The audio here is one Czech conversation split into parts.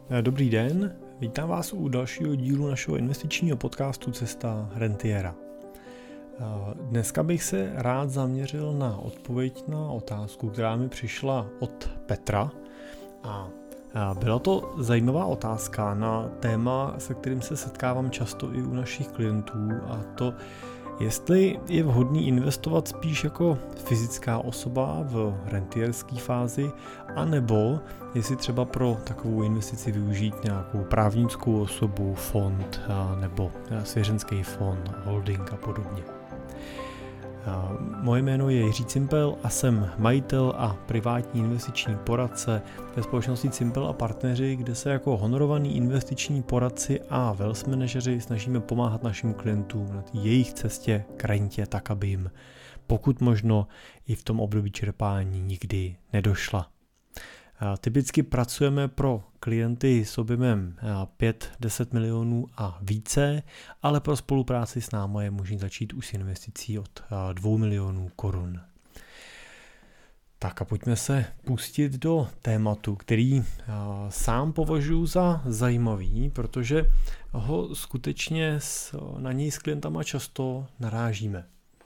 Dobrý den, vítám vás u dalšího dílu našeho investičního podcastu Cesta rentiera. Dneska bych se rád zaměřil na odpověď na otázku, která mi přišla od Petra. A byla to zajímavá otázka na téma, se kterým se setkávám často i u našich klientů, a to jestli je vhodný investovat spíš jako fyzická osoba v rentierské fázi, anebo jestli třeba pro takovou investici využít nějakou právnickou osobu, fond nebo svěřenský fond, holding a podobně. Moje jméno je Jiří Cimpel a jsem majitel a privátní investiční poradce ve společnosti Cimpel a partneři, kde se jako honorovaní investiční poradci a wealth manažeři snažíme pomáhat našim klientům na jejich cestě k rentě tak, aby jim pokud možno i v tom období čerpání nikdy nedošla. Typicky pracujeme pro klienty s objemem 5-10 milionů a více, ale pro spolupráci s námi je možné začít už s investicí od 2 milionů korun. Tak a pojďme se pustit do tématu, který sám považuji za zajímavý, protože ho skutečně na něj s klientama často narážíme.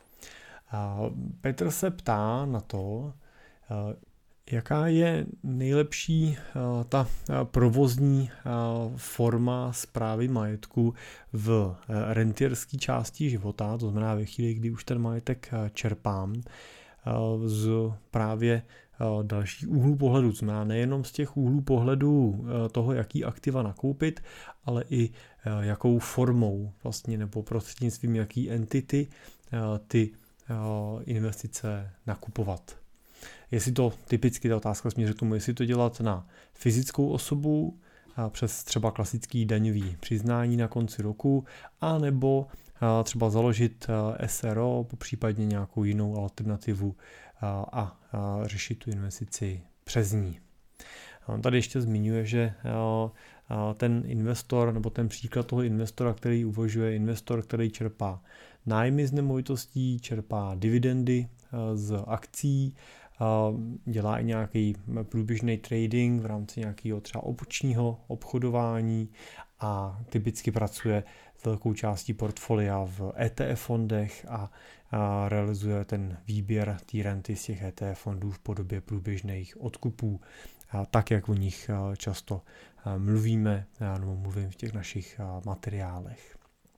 Petr se ptá na to, jaká je nejlepší ta provozní forma správy majetku v rentierské části života, to znamená ve chvíli, kdy už ten majetek čerpám, z právě dalších úhlů pohledu, to znamená nejenom z těch úhlů pohledu toho, jaký aktiva nakoupit, ale i jakou formou vlastně nebo prostřednictvím jaký entity ty investice nakupovat. Jestli to typicky ta otázka směřuje k tomu, jestli to dělat na fyzickou osobu přes třeba klasický daňový přiznání na konci roku, anebo třeba založit SRO, popřípadně nějakou jinou alternativu a řešit tu investici přes ní. On tady ještě zmiňuje, že ten investor nebo ten příklad toho investora, který uvažuje, investor, který čerpá nájmy z nemovitostí, čerpá dividendy z akcí, dělá i nějaký průběžný trading v rámci nějakého třeba opočního obchodování a typicky pracuje s velkou částí portfolia v ETF fondech a realizuje ten výběr té renty z těch ETF fondů v podobě průběžných odkupů, tak jak o nich často mluvíme nebo mluvím v těch našich materiálech.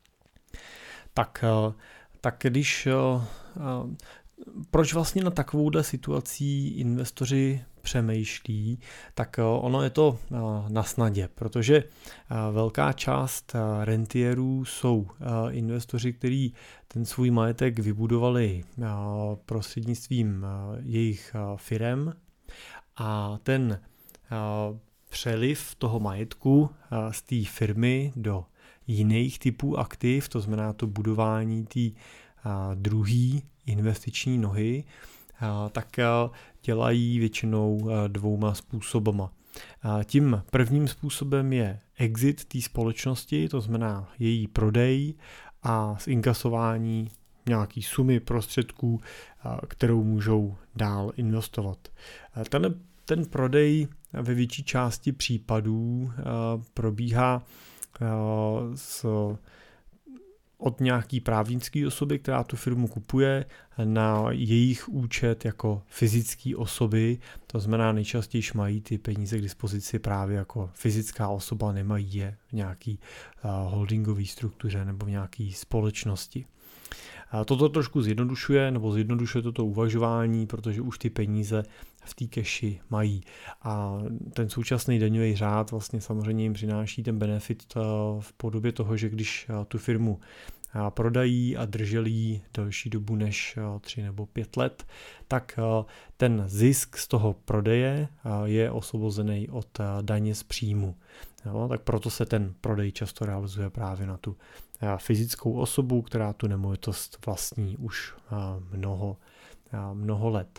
Tak když proč vlastně na takovouhle situací investoři přemýšlí, tak ono je to na snadě, protože velká část rentierů jsou investoři, kteří ten svůj majetek vybudovali prostřednictvím jejich firem a ten přeliv toho majetku z té firmy do jiných typů aktiv, to znamená to budování té druhý investiční nohy, tak dělají většinou dvouma způsobama. Tím prvním způsobem je exit té společnosti, to znamená její prodej a zinkasování nějaký sumy prostředků, kterou můžou dál investovat. Ten prodej ve větší části případů probíhá od nějaký právnické osoby, která tu firmu kupuje, na jejich účet jako fyzické osoby, to znamená nejčastěji mají ty peníze k dispozici právě jako fyzická osoba, nemají je v nějaký holdingové struktuře nebo v nějaké společnosti. Toto trošku zjednodušuje toto uvažování, protože už ty peníze v té keši mají. A ten současný daňový řád vlastně samozřejmě jim přináší ten benefit v podobě toho, že když tu firmu prodají a drželi delší dobu než 3 nebo 5 let, tak ten zisk z toho prodeje je osvobozený od daně z příjmu. No, tak proto se ten prodej často realizuje právě na tu fyzickou osobu, která tu nemovitost vlastní už mnoho let.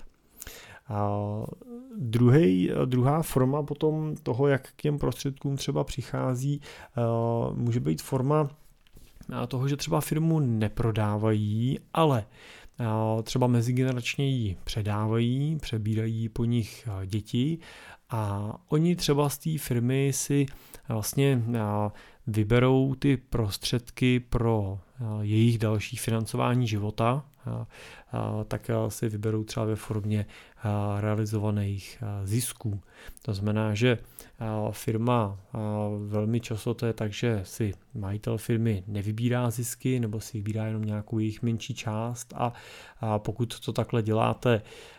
Druhá forma potom toho, jak k těm prostředkům třeba přichází, může být forma toho, že třeba firmu neprodávají, ale třeba mezigeneračně ji předávají, přebírají po nich děti a oni třeba z té firmy si vlastně vyberou ty prostředky pro jejich další financování života, tak si vyberou třeba ve formě realizovaných zisků. To znamená, že firma velmi často to je tak, že si majitel firmy nevybírá zisky nebo si vybírá jenom nějakou jejich menší část a pokud to takhle děláte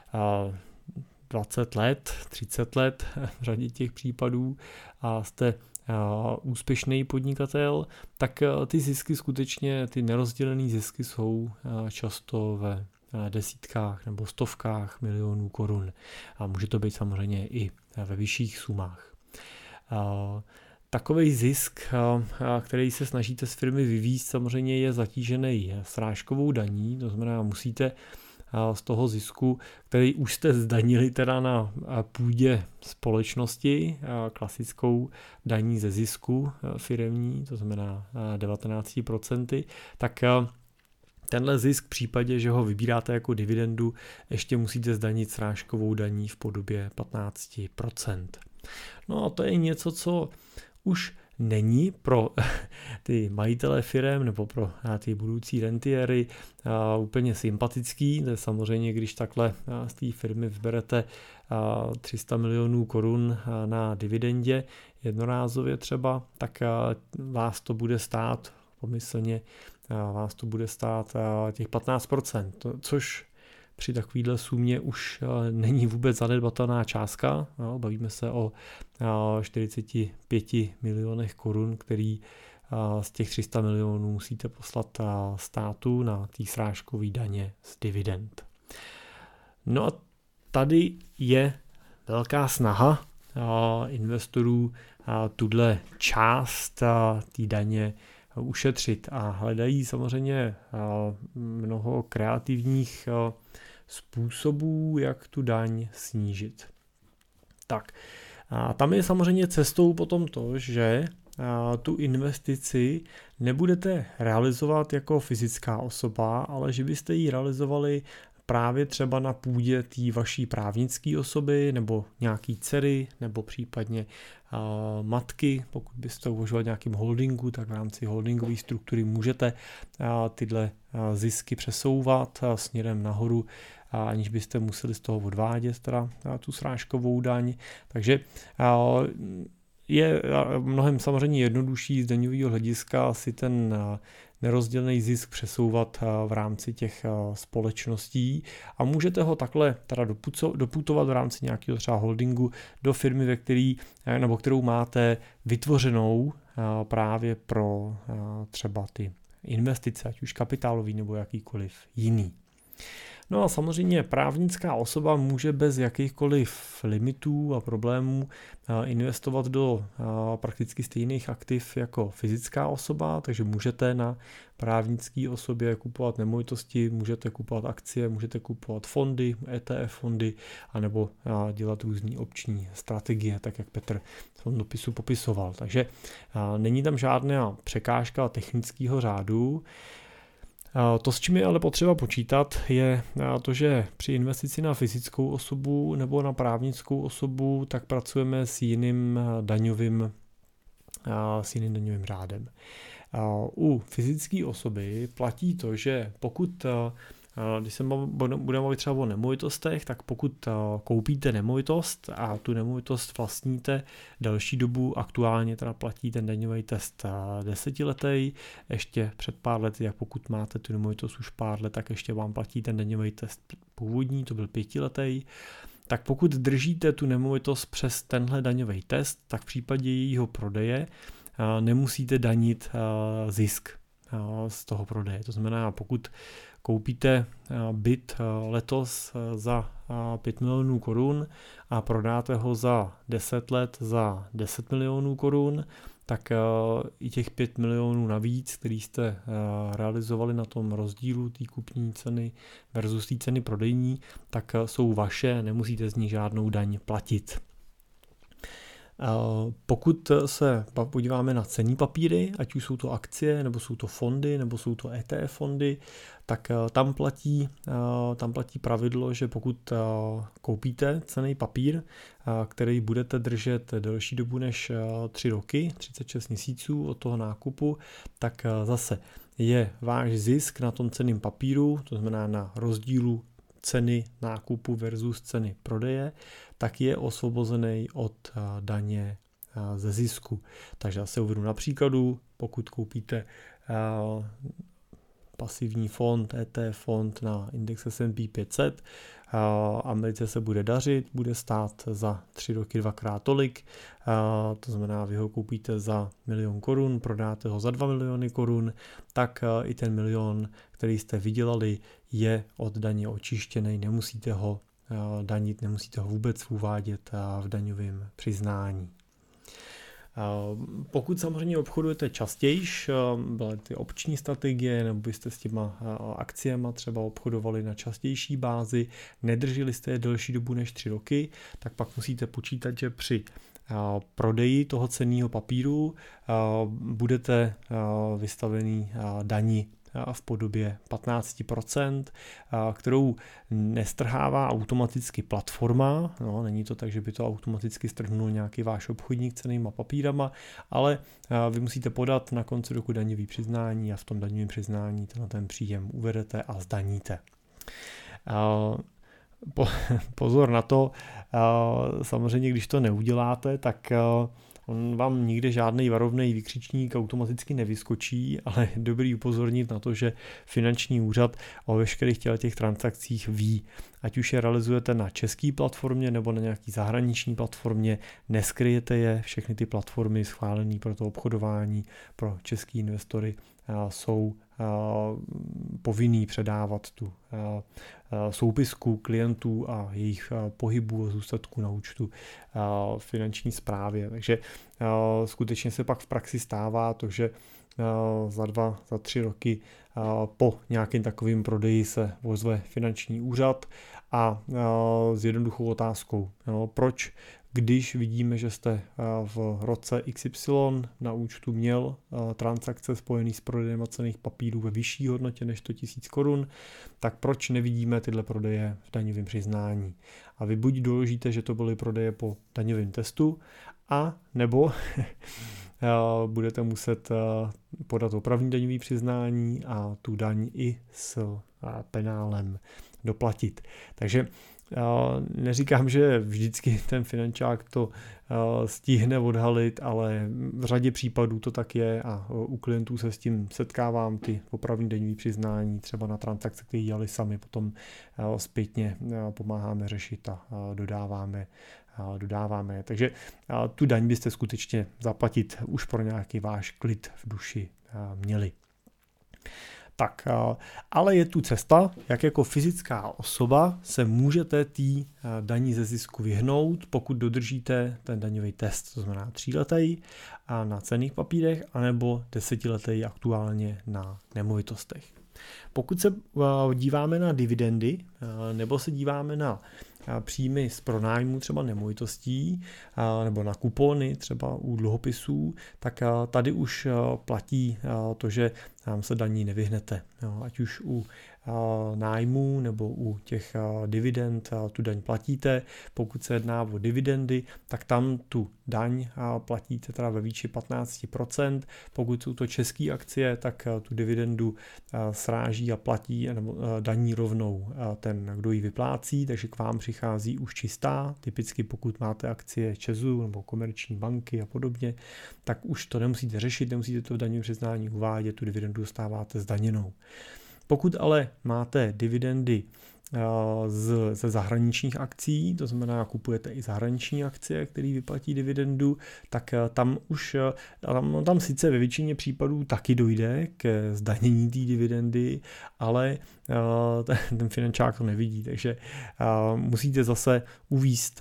20 let, 30 let v řadě těch případů a jste úspěšný podnikatel, tak ty zisky skutečně, ty nerozdělené zisky jsou často ve desítkách nebo stovkách milionů korun. A může to být samozřejmě i ve vyšších sumách. Takový zisk, který se snažíte z firmy vyvést, samozřejmě je zatížený srážkovou daní, to znamená, musíte z toho zisku, který už jste zdanili teda na půdě společnosti, klasickou daní ze zisku firemní, to znamená 19%, tak tenhle zisk v případě, že ho vybíráte jako dividendu, ještě musíte zdanit srážkovou daní v podobě 15%. No a to je něco, co už není pro ty majitele firem nebo pro ty budoucí rentiéry úplně sympatický. To je samozřejmě, když takhle z té firmy vyberete 300 milionů korun na dividendě jednorázově třeba, tak vás to bude stát pomyslně těch 15%, což při takovéhle sumě už není vůbec zanedbatelná částka. Bavíme se o 45 milionech korun, který z těch 300 milionů musíte poslat státu na té srážkové daně z dividend. No a tady je velká snaha investorů tuhle část té daně ušetřit a hledají samozřejmě mnoho kreativních způsobů, jak tu daň snížit. Tak, a tam je samozřejmě cestou potom to, že tu investici nebudete realizovat jako fyzická osoba, ale že byste ji realizovali právě třeba na půdě té vaší právnické osoby nebo nějaký dcery nebo případně matky. Pokud byste uvažovali nějakým holdingu, tak v rámci holdingové struktury můžete tyhle zisky přesouvat směrem nahoru, aniž byste museli z toho odvádět teda tu srážkovou daň. Takže je mnohem samozřejmě jednodušší z daňového hlediska si ten nerozdělený zisk přesouvat v rámci těch společností a můžete ho takhle teda doputovat v rámci nějakého třeba holdingu do firmy, kterou máte vytvořenou právě pro třeba ty investice, ať už kapitálový nebo jakýkoliv jiný. No a samozřejmě právnická osoba může bez jakýchkoliv limitů a problémů investovat do prakticky stejných aktiv jako fyzická osoba, takže můžete na právnické osobě kupovat nemovitosti, můžete kupovat akcie, můžete kupovat fondy, ETF fondy, anebo dělat různé opční strategie, tak jak Petr v tom dopisu popisoval. Takže není tam žádná překážka technického řádu. To, s čím je ale potřeba počítat, je to, že při investici na fyzickou osobu nebo na právnickou osobu, tak pracujeme s jiným daňovým řádem. U fyzické osoby platí to, že pokud, když se budeme mluvit třeba o nemovitostech, tak pokud koupíte nemovitost a tu nemovitost vlastníte delší dobu, aktuálně teda platí ten daňový test 10letý, ještě před pár lety, jak pokud máte tu nemovitost už pár let, tak ještě vám platí ten daňový test původní, to byl 5letý. Tak pokud držíte tu nemovitost přes tenhle daňový test, tak v případě jejího prodeje nemusíte danit zisk z toho prodeje. To znamená, pokud koupíte byt letos za 5 milionů korun a prodáte ho za 10 let za 10 milionů korun, tak i těch 5 milionů navíc, který jste realizovali na tom rozdílu té kupní ceny versus té ceny prodejní, tak jsou vaše, nemusíte z nich žádnou daň platit. Pokud se podíváme na cenní papíry, ať už jsou to akcie, nebo jsou to fondy, nebo jsou to ETF fondy, tak tam platí pravidlo, že pokud koupíte cenný papír, který budete držet delší dobu než 3 roky, 36 měsíců od toho nákupu, tak zase je váš zisk na tom cenném papíru, to znamená na rozdílu ceny nákupu versus ceny prodeje, tak je osvobozený od daně ze zisku. Takže já se uvedu na příkladu, pokud koupíte pasivní fond, ETF fond na index S&P 500, Americe se bude dařit, bude stát za 3 roky 2x tolik, to znamená, vy ho koupíte za 1 000 000 korun, prodáte ho za 2 miliony korun, tak i ten milion, který jste vydělali, je od daně očištěný, nemusíte ho danit, nemusíte ho vůbec uvádět v daňovém přiznání. Pokud samozřejmě obchodujete častějiš, byly ty opční strategie, nebo byste s těma akciemi třeba obchodovali na častější bázi, nedrželi jste je delší dobu než 3 roky, tak pak musíte počítat, že při prodeji toho cenného papíru budete vystavený dani v podobě 15%, kterou nestrhává automaticky platforma. No, není to tak, že by to automaticky strhnul nějaký váš obchodník cennýma papírama, ale vy musíte podat na konci roku daňový přiznání a v tom daňovém přiznání ten příjem uvedete a zdaníte. Pozor na to, samozřejmě když to neuděláte, tak on vám nikde žádný varovný vykřičník automaticky nevyskočí, ale je dobrý upozornit na to, že finanční úřad o veškerých těch transakcích ví. Ať už je realizujete na české platformě nebo na nějaký zahraniční platformě, neskryjete je, všechny ty platformy schválené pro to obchodování pro český investory jsou povinný předávat tu soupisku klientů a jejich pohybů a zůstatků na účtu finanční správě. Takže skutečně se pak v praxi stává to, že za 2, za 3 roky po nějakým takovým prodeji se ozve finanční úřad a s jednoduchou otázkou, proč, když vidíme, že jste v roce XY na účtu měl transakce spojené s prodejem cenných papírů ve vyšší hodnotě než 100 000 korun, tak proč nevidíme tyhle prodeje v daňovém přiznání? A vy buď doložíte, že to byly prodeje po daňovém testu, a nebo budete muset podat opravní daňový přiznání a tu daň i s penálem doplatit. Takže neříkám, že vždycky ten finančák to stihne odhalit, ale v řadě případů to tak je a u klientů se s tím setkávám, ty opravní daňový přiznání třeba na transakce, které dělali sami, potom zpětně pomáháme řešit a dodáváme. Takže tu daň byste skutečně zaplatit už pro nějaký váš klid v duši měli. Tak, ale je tu cesta, jak jako fyzická osoba se můžete té daní ze zisku vyhnout, pokud dodržíte ten daňový test, to znamená 3letý a na cenných papírech, anebo 10letý aktuálně na nemovitostech. Pokud se díváme na dividendy, nebo se díváme na příjmy z pronájmu třeba nemovitostí nebo na kupony třeba u dluhopisů, tak tady už platí to, že se daní nevyhnete. Ať už u nájmu nebo u těch dividend tu daň platíte. Pokud se jedná o dividendy, tak tam tu daň platíte teda ve výši 15%. Pokud jsou to české akcie, tak tu dividendu sráží a platí nebo daní rovnou ten, kdo ji vyplácí, takže k vám přichází už čistá. Typicky pokud máte akcie ČEZu nebo komerční banky a podobně, tak už to nemusíte řešit, nemusíte to v daňovém přiznání uvádět, tu dividendu dostáváte zdaněnou. Pokud ale máte dividendy ze zahraničních akcí, to znamená kupujete i zahraniční akcie, které vyplatí dividendu, tak tam sice ve většině případů taky dojde ke zdanění té dividendy, ale ten finančák to nevidí, takže musíte zase uvést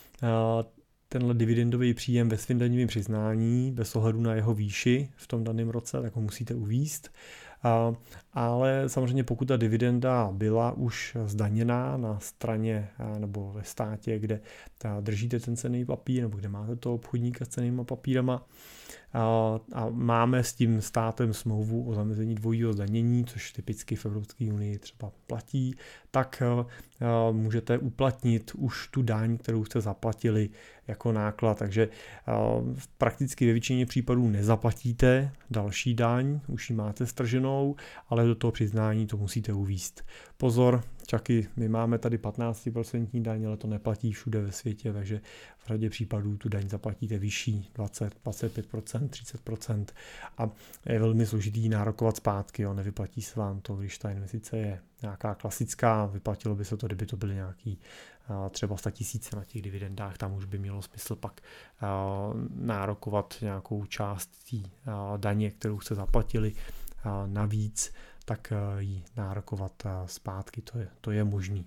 tenhle dividendový příjem ve svém daňovém přiznání, bez ohledu na jeho výši v tom daném roce, tak ho musíte uvést. Ale samozřejmě pokud ta dividenda byla už zdaněná na straně nebo ve státě, kde držíte ten cenný papír nebo kde máte toho obchodníka s cennýma papírama a máme s tím státem smlouvu o zamezení dvojího zdanění, což typicky v Evropské unii třeba platí, tak můžete uplatnit už tu daň, kterou jste zaplatili jako náklad, takže prakticky ve většině případů nezaplatíte další daň, už ji máte strženou, ale do toho přiznání to musíte uvést. Pozor, čaky, my máme tady 15% daň, ale to neplatí všude ve světě, takže v řadě případů tu daň zaplatíte vyšší, 20, 25%, 30% a je velmi složitý nárokovat zpátky, jo. Nevyplatí se vám to, když ta investice je nějaká klasická, vyplatilo by se to, kdyby to byly nějaký třeba 100 000 na těch dividendách, tam už by mělo smysl pak nárokovat nějakou část té daně, kterou jste zaplatili navíc, tak ji nárokovat zpátky, to je možný.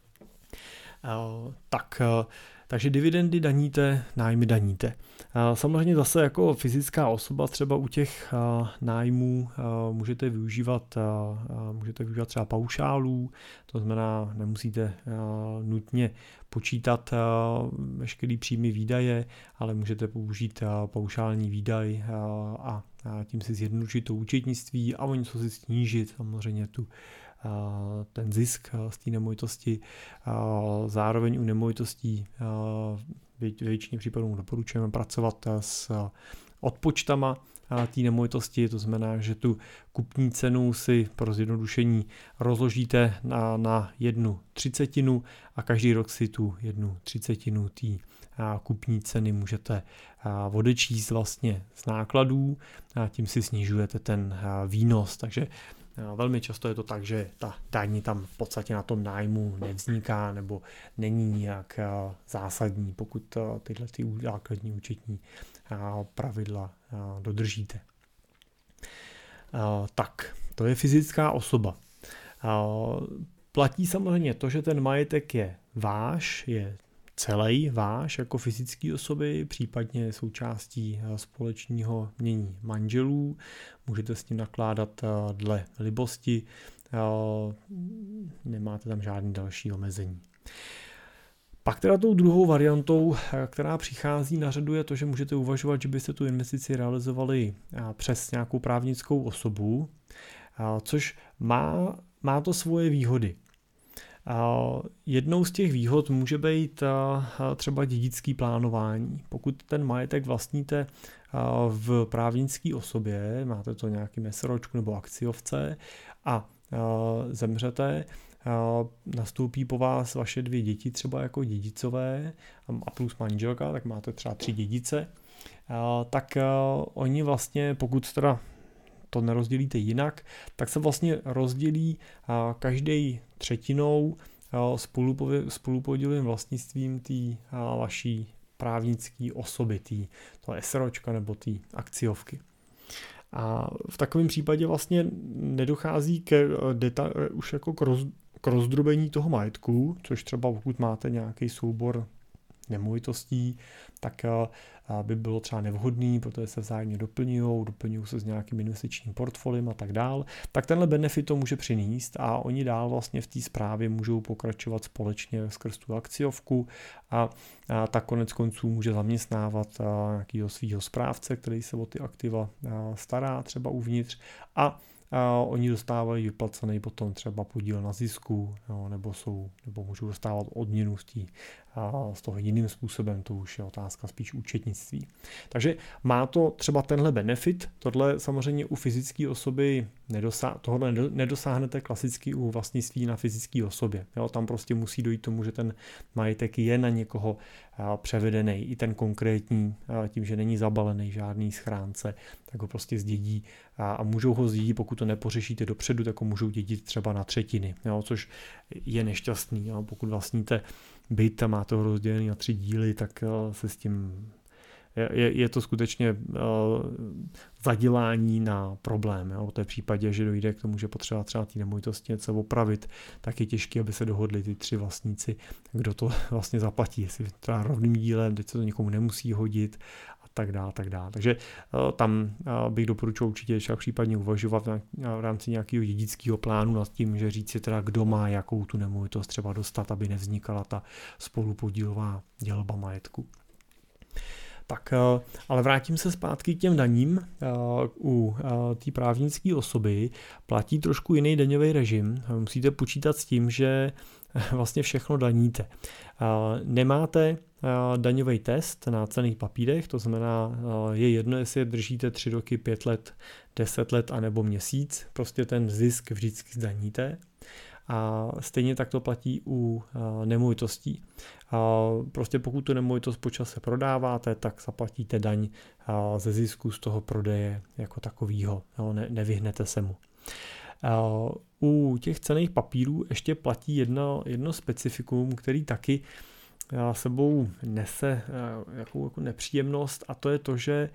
Takže dividendy daníte, nájmy daníte. Samozřejmě zase jako fyzická osoba třeba u těch nájmů můžete využívat třeba paušálů, to znamená, nemusíte nutně počítat veškerý příjmy výdaje, ale můžete použít paušální výdaj a tím si zjednodušit to účetnictví a o něco si snížit samozřejmě ten zisk z té nemovitosti. Zároveň u nemovitostí ve většině případů doporučujeme pracovat s odpočtama té nemovitosti, to znamená, že tu kupní cenu si pro zjednodušení rozložíte na 1/30 a každý rok si tu 1/30 té kupní ceny můžete odečíst vlastně z nákladů a tím si snižujete ten výnos, takže velmi často je to tak, že ta daň tam v podstatě na tom nájmu nevzniká nebo není nijak zásadní, pokud tyhle základní účetní pravidla dodržíte. Tak, to je fyzická osoba. Platí samozřejmě to, že ten majetek je váš, je celý váš jako fyzické osoby, případně součástí společného jmění manželů. Můžete s ním nakládat dle libosti, nemáte tam žádný další omezení. Pak teda tou druhou variantou, která přichází na řadu, je to, že můžete uvažovat, že byste tu investici realizovali přes nějakou právnickou osobu, což má to svoje výhody. Jednou z těch výhod může být třeba dědický plánování. Pokud ten majetek vlastníte v právnické osobě, máte to nějaký meseročku nebo akciovce a zemřete, nastoupí po vás vaše 2 děti třeba jako dědicové a plus manželka, tak máte třeba 3 dědice, tak oni vlastně, pokud teda to nerozdělíte jinak, tak se vlastně rozdělí každý třetinou spolupodílovým vlastnictvím té vaší právnické osoby, toho SROčka nebo té akciovky. A v takovém případě vlastně nedochází už jako k rozdrobení toho majetku, což třeba pokud máte nějaký soubor nemovitostí, tak by bylo třeba nevhodný, protože se vzájemně doplňují se s nějakým investičním portfoliem a tak dál, tak tenhle benefit to může přinést a oni dál vlastně v té správě můžou pokračovat společně skrz tu akciovku a tak konec konců může zaměstnávat nějakého svého správce, který se o ty aktiva stará třeba uvnitř a oni dostávají vyplacený potom třeba podíl na zisku, nebo můžou dostávat odměnu z toho jiným způsobem, to už je otázka spíš účetnictví. Takže má to třeba tenhle benefit, tohle samozřejmě u fyzické osoby tohle nedosáhnete klasicky u vlastnictví na fyzické osobě. Tam prostě musí dojít tomu, že ten majetek je na někoho převedený, i ten konkrétní, tím, že není zabalený žádný schránce, tak ho prostě zdědí a můžou ho zdědit, pokud to nepořešíte dopředu, tak ho můžou dědit třeba na 3, což je nešťastný. Pokud vlastníte byt a máte ho rozdělený na 3 díly, tak se s tím je to skutečně zadělání na problém. V té případě, že dojde k tomu, že potřeba třeba té nemovitosti něco opravit, tak je těžké, aby se dohodli ty 3 vlastníci, kdo to vlastně zaplatí, jestli třeba rovným dílem, teď se to nikomu nemusí hodit tak dále, tak dále. Takže tam bych doporučil určitě případně uvažovat v rámci nějakého dědického plánu nad tím, že říct si teda, kdo má jakou tu nemovitost třeba dostat, aby nevznikala ta spolupodílová dělba majetku. Tak, ale vrátím se zpátky k těm daním. U té právnické osoby platí trošku jiný daňový režim. Musíte počítat s tím, že vlastně všechno daníte. Nemáte daňový test na cenných papírech, to znamená, je jedno, jestli je držíte 3 roky, 5 let, 10 let anebo měsíc, prostě ten zisk vždycky zdaníte. A stejně tak to platí u nemovitostí. Prostě pokud tu nemovitost po čase prodáváte, tak zaplatíte daň ze zisku z toho prodeje jako takovýho. Nevyhnete se mu. U těch cenných papírů ještě platí jedno specifikum, který taky sebou nese jako nepříjemnost, a to je to, že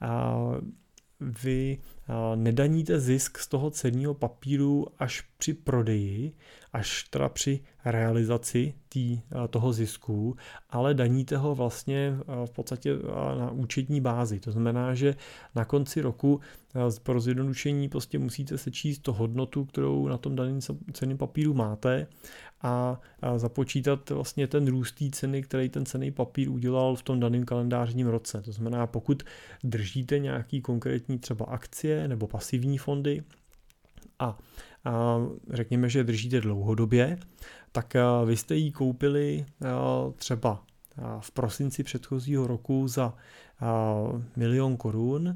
vy nedaníte zisk z toho cenného papíru až při prodeji, až teda při realizaci toho zisku, ale daníte ho vlastně v podstatě na účetní bázi. To znamená, že na konci roku pro zjednodušení prostě musíte sečíst to hodnotu, kterou na tom daném cenném papíru máte, a započítat vlastně ten růst té ceny, který ten cenný papír udělal v tom daném kalendářním roce. To znamená, pokud držíte nějaký konkrétní třeba akcie nebo pasivní fondy a řekněme, že držíte dlouhodobě, tak vy jste ji koupili třeba v prosinci předchozího roku za 1 000 000 korun.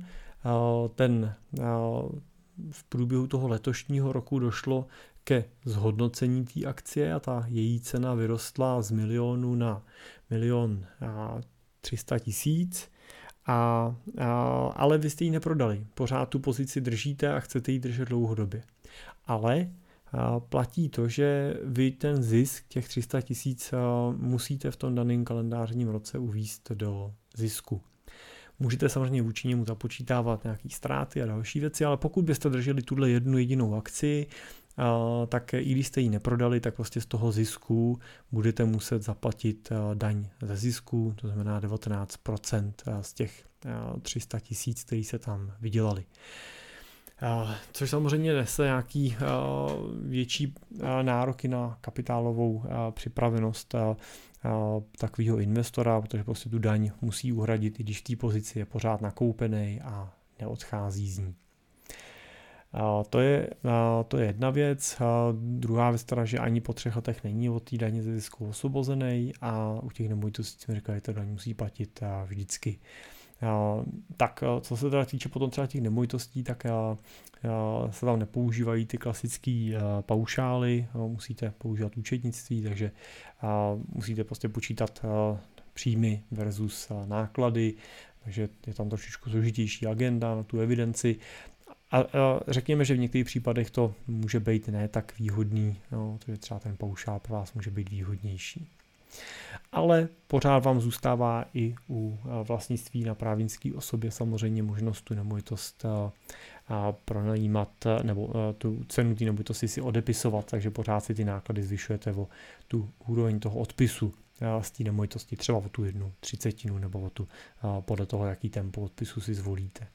V průběhu toho letošního roku došlo ke zhodnocení té akcie a ta její cena vyrostla z 1 000 000 na 1 300 000, ale vy jste ji neprodali. Pořád tu pozici držíte a chcete ji držet dlouhodobě. Ale platí to, že vy ten zisk těch 300 000 musíte v tom daném kalendářním roce uvést do zisku. Můžete samozřejmě vůči němu započítávat nějaké ztráty a další věci, ale pokud byste drželi tuhle jednu jedinou akci, tak i když jste ji neprodali, tak prostě z toho zisku budete muset zaplatit daň ze zisku, to znamená 19% z těch 300 000, který se tam vydělali. Což samozřejmě nese nějaký větší nároky na kapitálovou připravenost takového investora, protože prostě tu daň musí uhradit, i když v té pozici je pořád nakoupený a neodchází z ní. To je jedna věc. Druhá věc teda, že ani po 3 letech není od té daně ze zisku osvobozený a u těch nemovitostí jsme říkali, že ta daň musí platit vždycky. Tak co se teda týče potom třeba těch nemovitostí, tak se tam nepoužívají ty klasické paušály, musíte používat účetnictví, takže musíte prostě počítat příjmy versus náklady, takže je tam trošičku složitější agenda na tu evidenci. A řekněme, že v některých případech to může být ne tak výhodný, takže třeba ten paušál pro vás může být výhodnější. Ale pořád vám zůstává i u vlastnictví na právnické osobě samozřejmě možnost tu nemovitost pronajímat nebo tu cenu té nemovitosti si odepisovat, takže pořád si ty náklady zvyšujete o tu úroveň toho odpisu z té nemovitosti, třeba o tu 1/30 nebo o tu, podle toho, jaký tempo odpisu si zvolíte.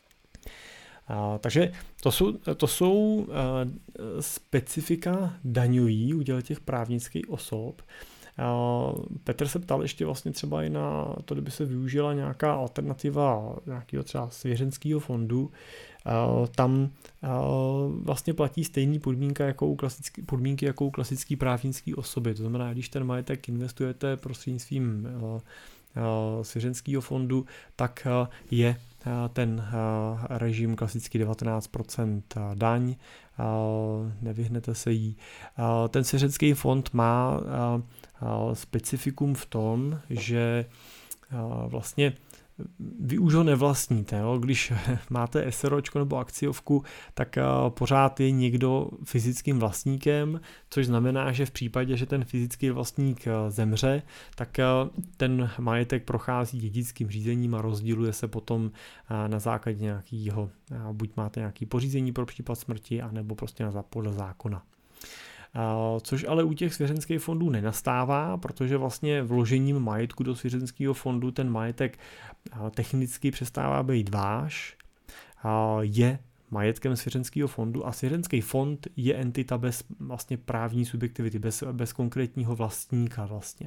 Takže to jsou specifika daňový u těch právnických osob. Petr se ptal ještě vlastně třeba i na to, kdyby se využila nějaká alternativa nějakého třeba svěřenského fondu. Tam vlastně platí stejné podmínky jako u klasické právnické osoby. To znamená, když ten majetek investujete prostřednictvím svěřenského fondu, tak je ten režim klasicky 19% daň, nevyhnete se jí. Ten svěřenský fond má specifikum v tom, že vlastně vy už ho nevlastníte. Jo? Když máte SROčko nebo akciovku, tak pořád je někdo fyzickým vlastníkem, což znamená, že v případě, že ten fyzický vlastník zemře, tak ten majetek prochází dědickým řízením a rozděluje se potom na základě nějakého, buď máte nějaké pořízení pro případ smrti, anebo prostě podle zákona. Což ale u těch svěřenských fondů nenastává, protože vlastně vložením majetku do svěřenského fondu ten majetek technicky přestává být váš, je majetkem svěřenského fondu a svěřenský fond je entita bez vlastně právní subjektivity, bez konkrétního vlastníka vlastně.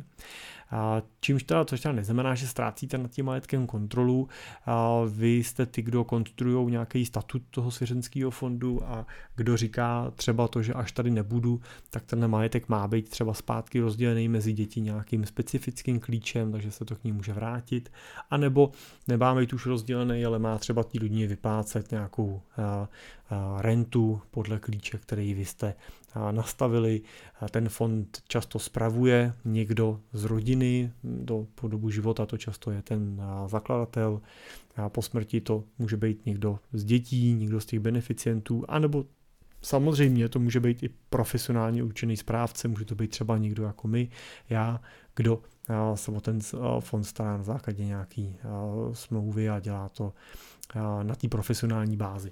Což teda neznamená, že ztrácíte nad tím majetkem kontrolu, vy jste ty, kdo konstruují nějaký statut toho svěřenského fondu a kdo říká třeba to, že až tady nebudu, tak ten majetek má být třeba zpátky rozdělený mezi děti nějakým specifickým klíčem, takže se to k ní může vrátit, anebo nemá být už rozdělený, ale má třeba tí rodině vyplácet nějakou rentu podle klíče, který vy jste nastavili. Ten fond často spravuje někdo z rodiny, po dobu života to často je ten zakladatel, po smrti to může být někdo z dětí, někdo z těch beneficientů, anebo samozřejmě to může být i profesionálně určený správce, může to být třeba někdo jako my, já, kdo se o ten fond stará na základě nějaký smlouvy a dělá to na té profesionální bázi.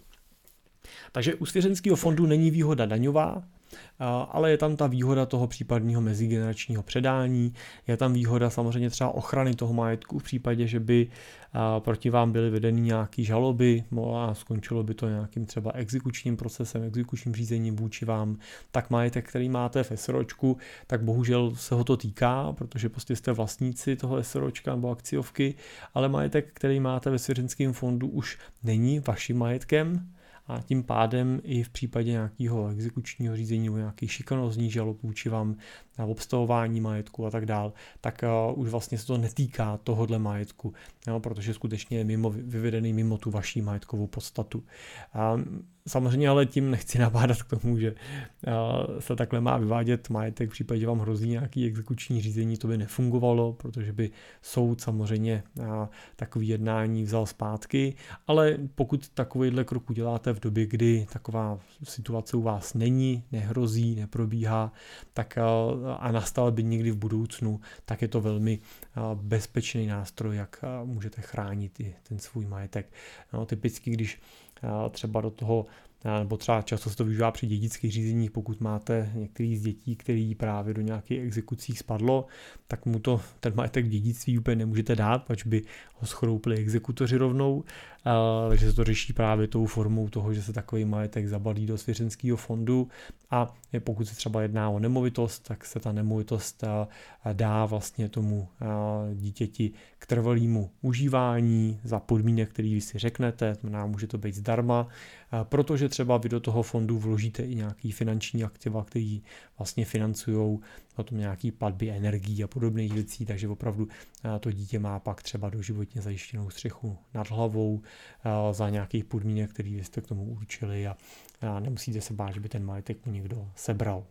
Takže u svěřenského fondu není výhoda daňová, ale je tam ta výhoda toho případného mezigeneračního předání, je tam výhoda samozřejmě třeba ochrany toho majetku v případě, že by proti vám byly vedeny nějaké žaloby a skončilo by to nějakým třeba exekučním procesem, exekučním řízením vůči vám, tak majetek, který máte v SROčku, tak bohužel se ho to týká, protože prostě jste vlastníci toho SROčka nebo akciovky, ale majetek, který máte ve svěřenském fondu, už není vaším majetkem, a tím pádem i v případě nějakého exekučního řízení nebo nějakých šikanózních žalob vůči vám na obstavování majetku a tak dál, tak už vlastně se to netýká tohodle majetku, protože skutečně je vyvedený mimo tu vaší majetkovou podstatu. Samozřejmě ale tím nechci nabádat k tomu, že se takhle má vyvádět majetek, v případě, že vám hrozí nějaký exekuční řízení, to by nefungovalo, protože by soud samozřejmě takový jednání vzal zpátky, ale pokud takovýhle krok uděláte v době, kdy taková situace u vás není, nehrozí, neprobíhá, tak a nastal by někdy v budoucnu, tak je to velmi bezpečný nástroj, jak můžete chránit i ten svůj majetek. Typicky, když třeba do toho, nebo třeba často se to využívá při dědických řízeních, pokud máte některý z dětí, který právě do nějakých exekucí spadlo, tak mu to ten majetek v dědictví úplně nemůžete dát, pač by ho schroupli exekutoři rovnou, takže se to řeší právě tou formou toho, že se takový majetek zabalí do svěřenského fondu a pokud se třeba jedná o nemovitost, tak se ta nemovitost dá vlastně tomu dítěti k trvalému užívání za podmínek, který vy si řeknete, znamená, může to být zdarma, protože třeba vy do toho fondu vložíte i nějaký finanční aktiva, který vlastně financují potom nějaký platby energií a podobných věcí, takže opravdu to dítě má pak třeba doživotně zajištěnou střechu nad hlavou za nějakých podmínek, který vy jste k tomu určili a nemusíte se bát, že by ten majetek mu někdo sebral.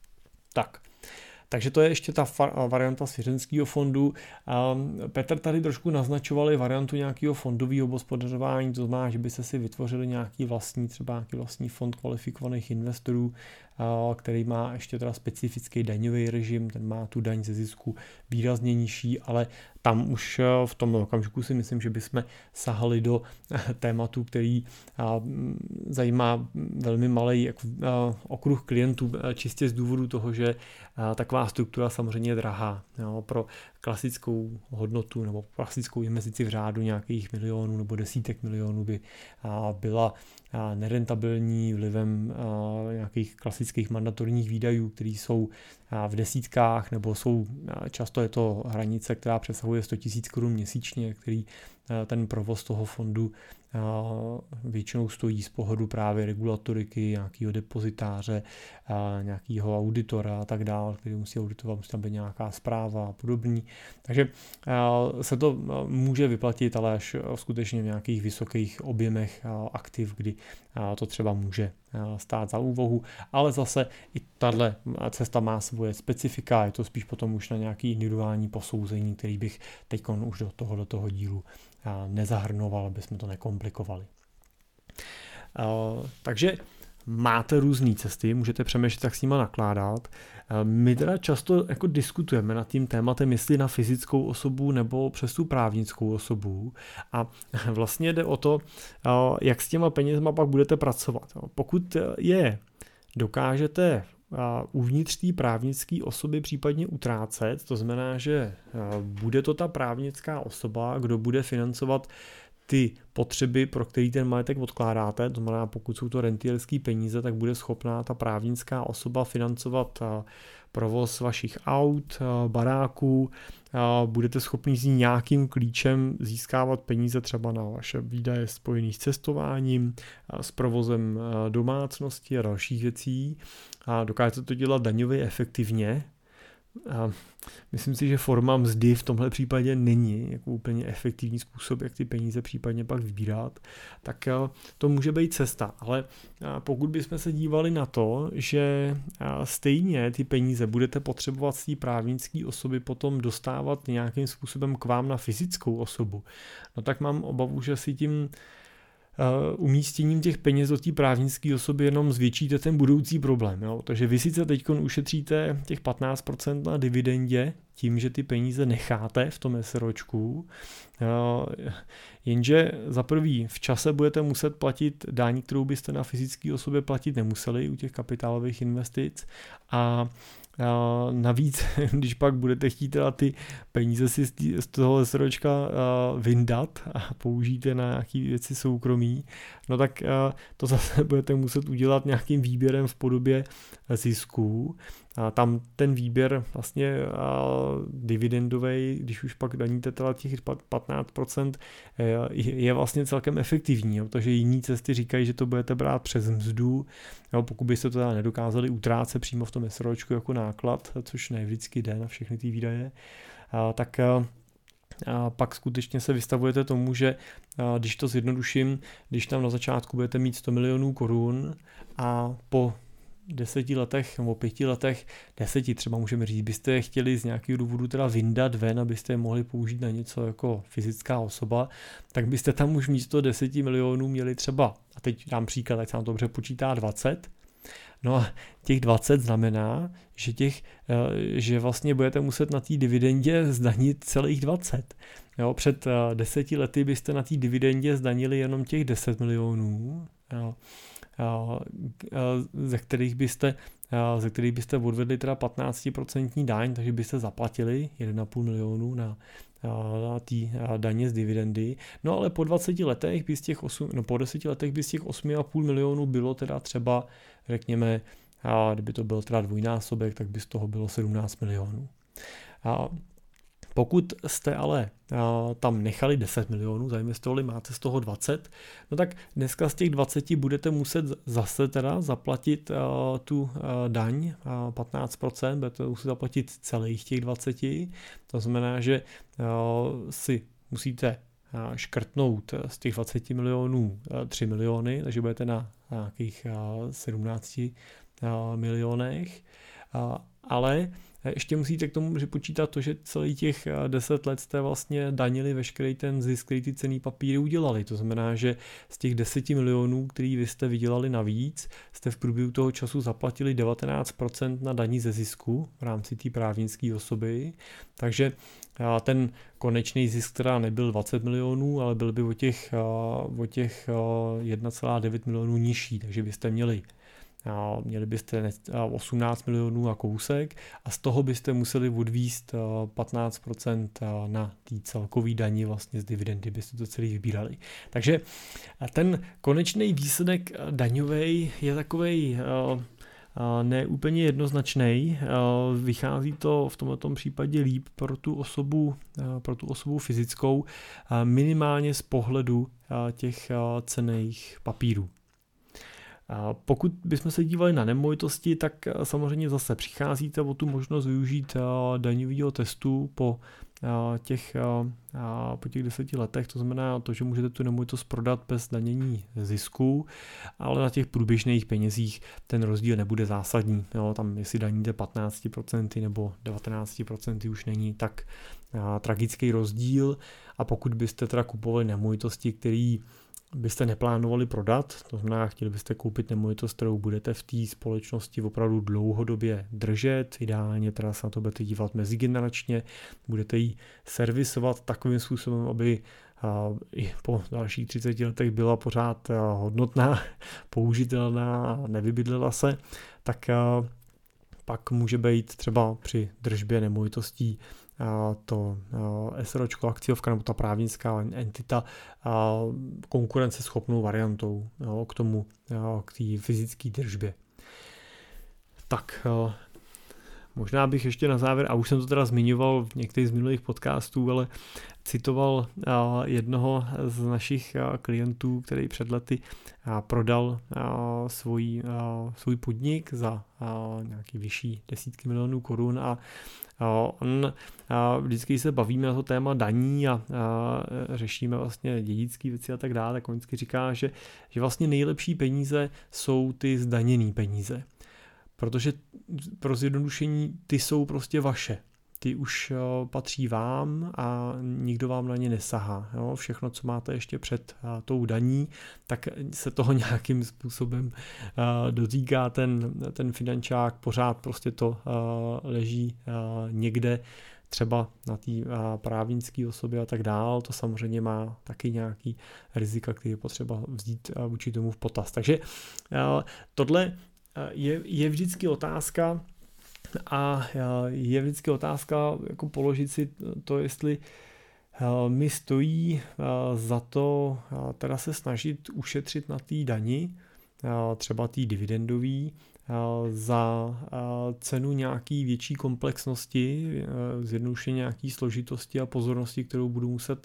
Takže to je ještě ta varianta svěřenského fondu. Petr tady trošku naznačoval variantu nějakého fondového obhospodařování, to znamená, že by se si vytvořili nějaký vlastní fond kvalifikovaných investorů, který má ještě teda specifický daňový režim, ten má tu daň ze zisku výrazně nižší, ale tam už v tom okamžiku si myslím, že bychom sahali do tématu, který zajímá velmi malý okruh klientů, čistě z důvodu toho, že taková struktura samozřejmě je drahá. Pro klasickou hodnotu nebo klasickou investici v řádu nějakých milionů nebo desítek milionů by byla nerentabilní vlivem nějakých klasických mandatorních výdajů, které jsou v desítkách, nebo často je to hranice, která přesahuje 100 000 korun měsíčně, který ten provoz toho fondu většinou stojí z pohledu právě regulatoriky, nějakého depozitáře, nějakého auditora a tak dále, který musí auditovat, musí tam být nějaká zpráva a podobný. Takže se to může vyplatit, ale až skutečně v nějakých vysokých objemech aktiv, kdy to třeba může stát za úvahu, ale zase i tahle cesta má svoje specifika, je to spíš potom už na nějaký individuální posouzení, který bych teď už do tohoto dílu nezahrnoval, aby jsme to nekomplikovali. Takže máte různé cesty, můžete přemýšlet, jak s nima nakládat. My teda často jako diskutujeme nad tím tématem, jestli na fyzickou osobu nebo přes tu právnickou osobu a vlastně jde o to, jak s těma penězma pak budete pracovat. Pokud je dokážete uvnitř té právnické osoby případně utrácet, to znamená, že bude to ta právnická osoba, kdo bude financovat ty potřeby, pro který ten majetek odkládáte, to znamená, pokud jsou to rentierské peníze, tak bude schopná ta právnická osoba financovat provoz vašich aut, baráků, budete schopni s nějakým klíčem získávat peníze třeba na vaše výdaje spojené s cestováním, s provozem domácnosti a dalších věcí a dokážete to dělat daňově efektivně. A myslím si, že forma mzdy v tomhle případě není jako úplně efektivní způsob, jak ty peníze případně pak vybírat, tak to může být cesta, ale pokud bychom se dívali na to, že stejně ty peníze budete potřebovat z té právnické osoby potom dostávat nějakým způsobem k vám na fyzickou osobu, no tak mám obavu, že si tím umístěním těch peněz do té právnické osoby jenom zvětšíte ten budoucí problém. Jo? Takže vy sice teď ušetříte těch 15% na dividendě tím, že ty peníze necháte v tom SROčku, jenže za prvý v čase budete muset platit daň, kterou byste na fyzické osobě platit nemuseli u těch kapitálových investic a navíc, když pak budete chtít teda ty peníze si z toho SROčka vyndat a použijete na nějaké věci soukromí, no tak to zase budete muset udělat nějakým výběrem v podobě zisků. A tam ten výběr vlastně dividendový, když už pak daníte teda těch 15%, je vlastně celkem efektivní, jo, protože jiní cesty říkají, že to budete brát přes mzdu, jo, pokud byste to teda nedokázali utrácet přímo v tom SROčku jako náklad, což ne vždycky jde na všechny ty výdaje, tak pak skutečně se vystavujete tomu, že když to zjednoduším, když tam na začátku budete mít 100 milionů korun a po 10 letech nebo 5 letech, 10 třeba můžeme říct, byste je chtěli z nějakého důvodu teda vyndat ven, abyste je mohli použít na něco jako fyzická osoba, tak byste tam už místo 10 milionů měli třeba, a teď dám příklad, ať se nám to dobře počítá, 20. No a těch 20 znamená, že vlastně budete muset na té dividendě zdanit celých 20. Jo, před 10 lety byste na té dividendě zdanili jenom těch 10 milionů, jo, ze kterých byste odvedli teda 15% daň, takže byste zaplatili 1,5 milionu na té daně z dividendy. No ale po 20 letech by po 10 letech by z těch 8,5 milionů bylo teda třeba, řekněme, kdyby to byl teda dvojnásobek, tak by z toho bylo 17 milionů. Pokud jste ale tam nechali 10 milionů, zainvestovali, máte z toho 20, no tak dneska z těch 20 budete muset zase teda zaplatit tu daň 15%, budete muset zaplatit celých těch 20, to znamená, že si musíte škrtnout z těch 20 milionů 3 miliony, takže budete na nějakých 17 milionech, ale ještě musíte k tomu připočítat to, že celý těch 10 let jste vlastně danili veškerý ten zisk, který ty cenný papíry udělali. To znamená, že z těch 10 milionů, který vy jste vydělali navíc, jste v průběhu toho času zaplatili 19% na daní ze zisku v rámci té právnické osoby. Takže ten konečný zisk teda nebyl 20 milionů, ale byl by o těch 1,9 milionů nižší, takže byste měli byste 18 milionů a kousek a z toho byste museli odvíst 15% na té celkový daní vlastně z dividendy, byste to celý vybírali. Takže ten konečný výsledek daňový je takovej neúplně jednoznačný. Vychází to v tomto případě líp pro tu osobu fyzickou, minimálně z pohledu těch cenných papírů. Pokud bychom se dívali na nemovitosti, tak samozřejmě zase přicházíte o tu možnost využít daňového testu po těch 10 letech, to znamená to, že můžete tu nemovitost prodat bez danění zisku, ale na těch průběžných penězích ten rozdíl nebude zásadní. Jo, tam jestli daníte 15% nebo 19% už není tak tragický rozdíl a pokud byste teda kupovali nemovitosti, který byste neplánovali prodat, to znamená, chtěli byste koupit nemovitost, kterou budete v té společnosti opravdu dlouhodobě držet, ideálně teda se na to budete dívat mezigeneračně, budete ji servisovat takovým způsobem, aby i po dalších 30 letech byla pořád hodnotná, použitelná, nevybydlela se, tak Pak může být třeba při držbě nemovitostí to SROčko, akciovka nebo ta právnická entita konkurenceschopnou variantou k tomu, k té fyzické držbě. Tak možná bych ještě na závěr, a už jsem to teda zmiňoval v některých z minulých podcastů, ale citoval jednoho z našich klientů, který před lety prodal svůj podnik za nějaký vyšší desítky milionů korun a on vždycky se bavíme na to téma daní a řešíme vlastně dědické věci a tak dále, tak on vždycky říká, že vlastně nejlepší peníze jsou ty zdaněné peníze. Protože pro zjednodušení ty jsou prostě vaše. Ty už patří vám a nikdo vám na ně nesahá. Jo? Všechno, co máte ještě před tou daní, tak se toho nějakým způsobem dotýká ten finančák, pořád prostě to leží někde, třeba na té právnické osobě a tak dál. To samozřejmě má taky nějaký rizika, který je potřeba vzít vůči tomu v potaz. Takže tohle je vždycky otázka a je vždycky otázka jako položit si to, jestli mi stojí za to teda se snažit ušetřit na té dani, třeba té dividendový, za cenu nějaký větší komplexnosti, zjednodušení nějaký složitosti a pozornosti, kterou budu muset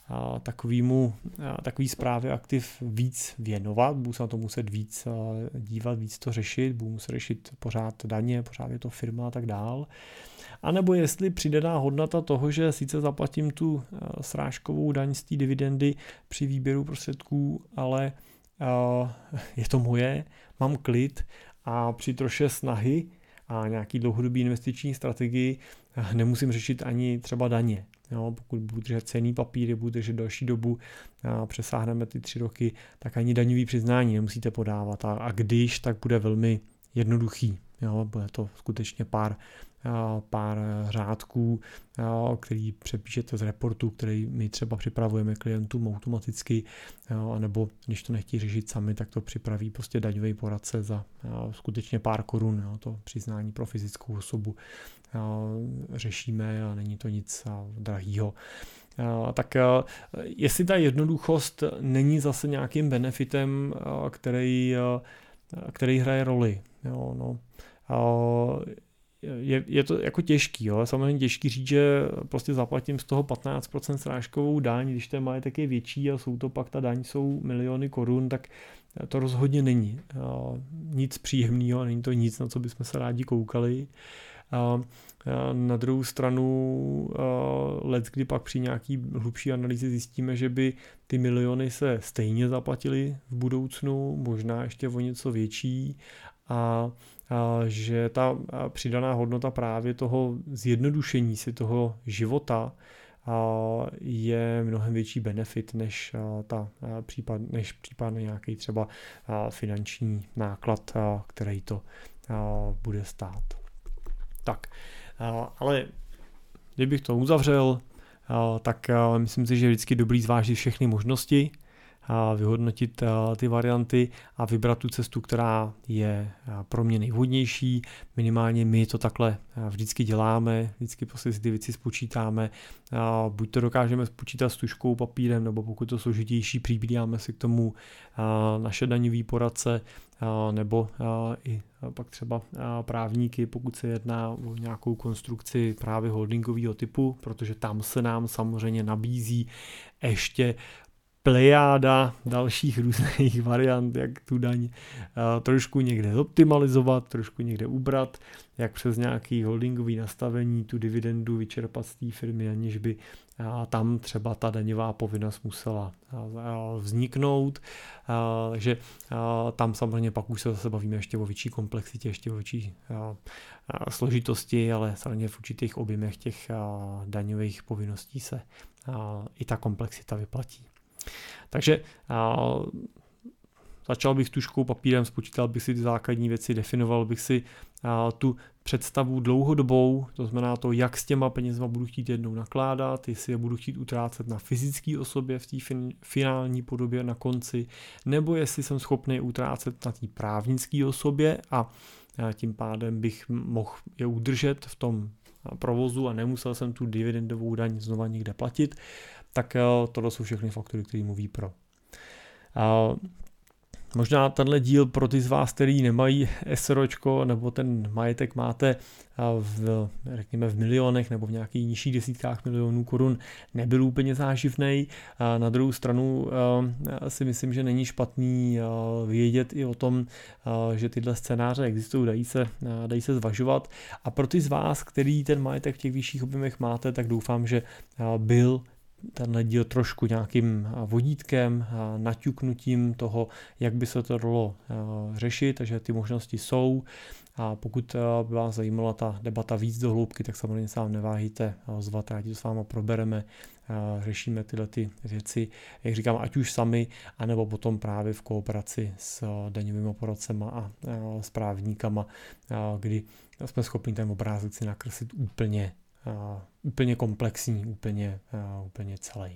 takový správě aktiv víc věnovat, budu se na to muset víc dívat, víc to řešit, budu muset řešit pořád daně, pořád je to firma a tak dál. A nebo jestli přidaná hodnota toho, že sice zaplatím tu srážkovou daň z té dividendy při výběru prostředků, ale je to moje, mám klid a při troše snahy a nějaký dlouhodobý investiční strategii nemusím řešit ani třeba daně. Jo, pokud budu držet cenný papíry, budu držet další dobu, přesáhneme ty 3 roky, tak ani daňový přiznání nemusíte podávat. A když, tak bude velmi jednoduchý. Jo, bude to skutečně pár řádků, který přepíšete z reportu, který my třeba připravujeme klientům automaticky, anebo když to nechtějí řešit sami, tak to připraví prostě daňový poradce za skutečně pár korun. To přiznání pro fyzickou osobu řešíme a není to nic drahýho. Tak jestli ta jednoduchost není zase nějakým benefitem, který hraje roli. Jo, no. Je to jako těžký, jo? Samozřejmě těžký říct, že prostě zaplatím z toho 15% srážkovou daň, když ten majetek je větší a jsou to pak ta daň jsou miliony korun, tak to rozhodně není nic příjemného, není to nic, na co bychom se rádi koukali. Na druhou stranu leckdy pak při nějaký hlubší analýze zjistíme, že by ty miliony se stejně zaplatily v budoucnu, možná ještě o něco větší a že ta přidaná hodnota právě toho zjednodušení si toho života je mnohem větší benefit než případně nějaký třeba finanční náklad, který to bude stát. Tak, ale kdybych to uzavřel, tak myslím si, že je vždycky dobrý zvážit všechny možnosti, vyhodnotit ty varianty a vybrat tu cestu, která je pro mě nejvhodnější. Minimálně my to takhle vždycky děláme, vždycky prostě si ty věci spočítáme. Buď to dokážeme spočítat s tužkou, papírem, nebo pokud to složitější, přibíráme si k tomu naše daňový poradce, nebo i pak třeba právníky, pokud se jedná o nějakou konstrukci právě holdingového typu, protože tam se nám samozřejmě nabízí ještě plejáda dalších různých variant, jak tu daň trošku někde zoptimalizovat, trošku někde ubrat, jak přes nějaký holdingový nastavení tu dividendu vyčerpat z té firmy, aniž by tam třeba ta daňová povinnost musela vzniknout. Takže tam samozřejmě pak už se zase bavíme ještě o větší komplexitě, ještě o větší složitosti, ale samozřejmě v určitých objemech těch daňových povinností se i ta komplexita vyplatí. Takže začal bych s tužkou, papírem, spočítal bych si ty základní věci, definoval bych si tu představu dlouhodobou, to znamená to, jak s těma penězma budu chtít jednou nakládat, jestli je budu chtít utrácet na fyzické osobě v té finální podobě na konci, nebo jestli jsem schopný utrácet na té právnické osobě a tím pádem bych mohl je udržet v tom provozu a nemusel jsem tu dividendovou daň znova někde platit, tak tohle jsou všechny faktory, které mluví pro. Možná tenhle díl pro ty z vás, který nemají SROčko nebo ten majetek máte řekněme v milionech nebo v nějakých nižších desítkách milionů korun, nebyl úplně záživnej. Na druhou stranu si myslím, že není špatný vědět i o tom, že tyhle scénáře existují, dají se zvažovat. A pro ty z vás, který ten majetek v těch vyšších objemech máte, tak doufám, že byl tenhle díl trošku nějakým vodítkem, naťuknutím toho, jak by se to dalo řešit, takže ty možnosti jsou. A pokud by vás zajímala ta debata víc do hloubky, tak samozřejmě se vám neváhejte ozvat, rádi to s váma probereme, řešíme tyhle ty věci, jak říkám, ať už sami, anebo potom právě v kooperaci s daňovými poradcema a s právníkama, kdy jsme schopni ten obrázek si nakreslit úplně komplexní, úplně celý.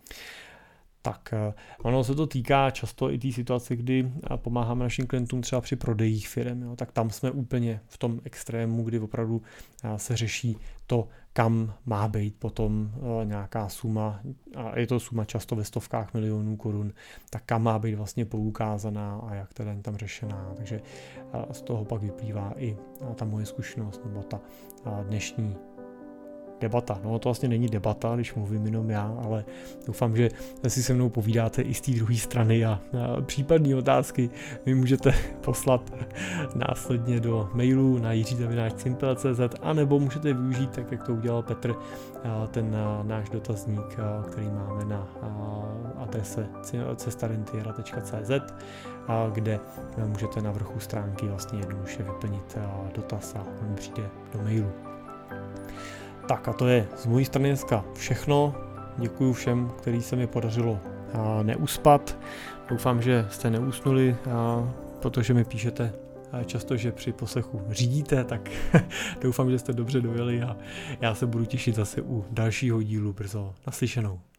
Tak ono se to týká často i té situace, kdy pomáháme našim klientům třeba při prodejích firem, jo, tak tam jsme úplně v tom extrému, kdy opravdu se řeší to, kam má být potom nějaká suma, a je to suma často ve stovkách milionů korun, tak kam má být vlastně poukázaná a jak ta daň tam řešená. Takže z toho pak vyplývá i ta moje zkušenost nebo ta dnešní debata. No to vlastně není debata, když mluvím jenom já, ale doufám, že si se mnou povídáte i z té druhé strany a případné otázky mi můžete poslat následně do mailu na jiří@simple.cz a nebo můžete využít, tak jak to udělal Petr, ten náš dotazník, který máme na adrese cestarentiera.cz, kde můžete na vrchu stránky vlastně jednoduše vyplnit dotaz a on přijde do mailu. Tak a to je z mojí strany dneska všechno. Děkuji všem, který se mi podařilo neuspat. Doufám, že jste neusnuli, protože mi píšete často, že při poslechu řídíte, tak doufám, že jste dobře dojeli a já se budu těšit zase u dalšího dílu brzo. Naslyšenou.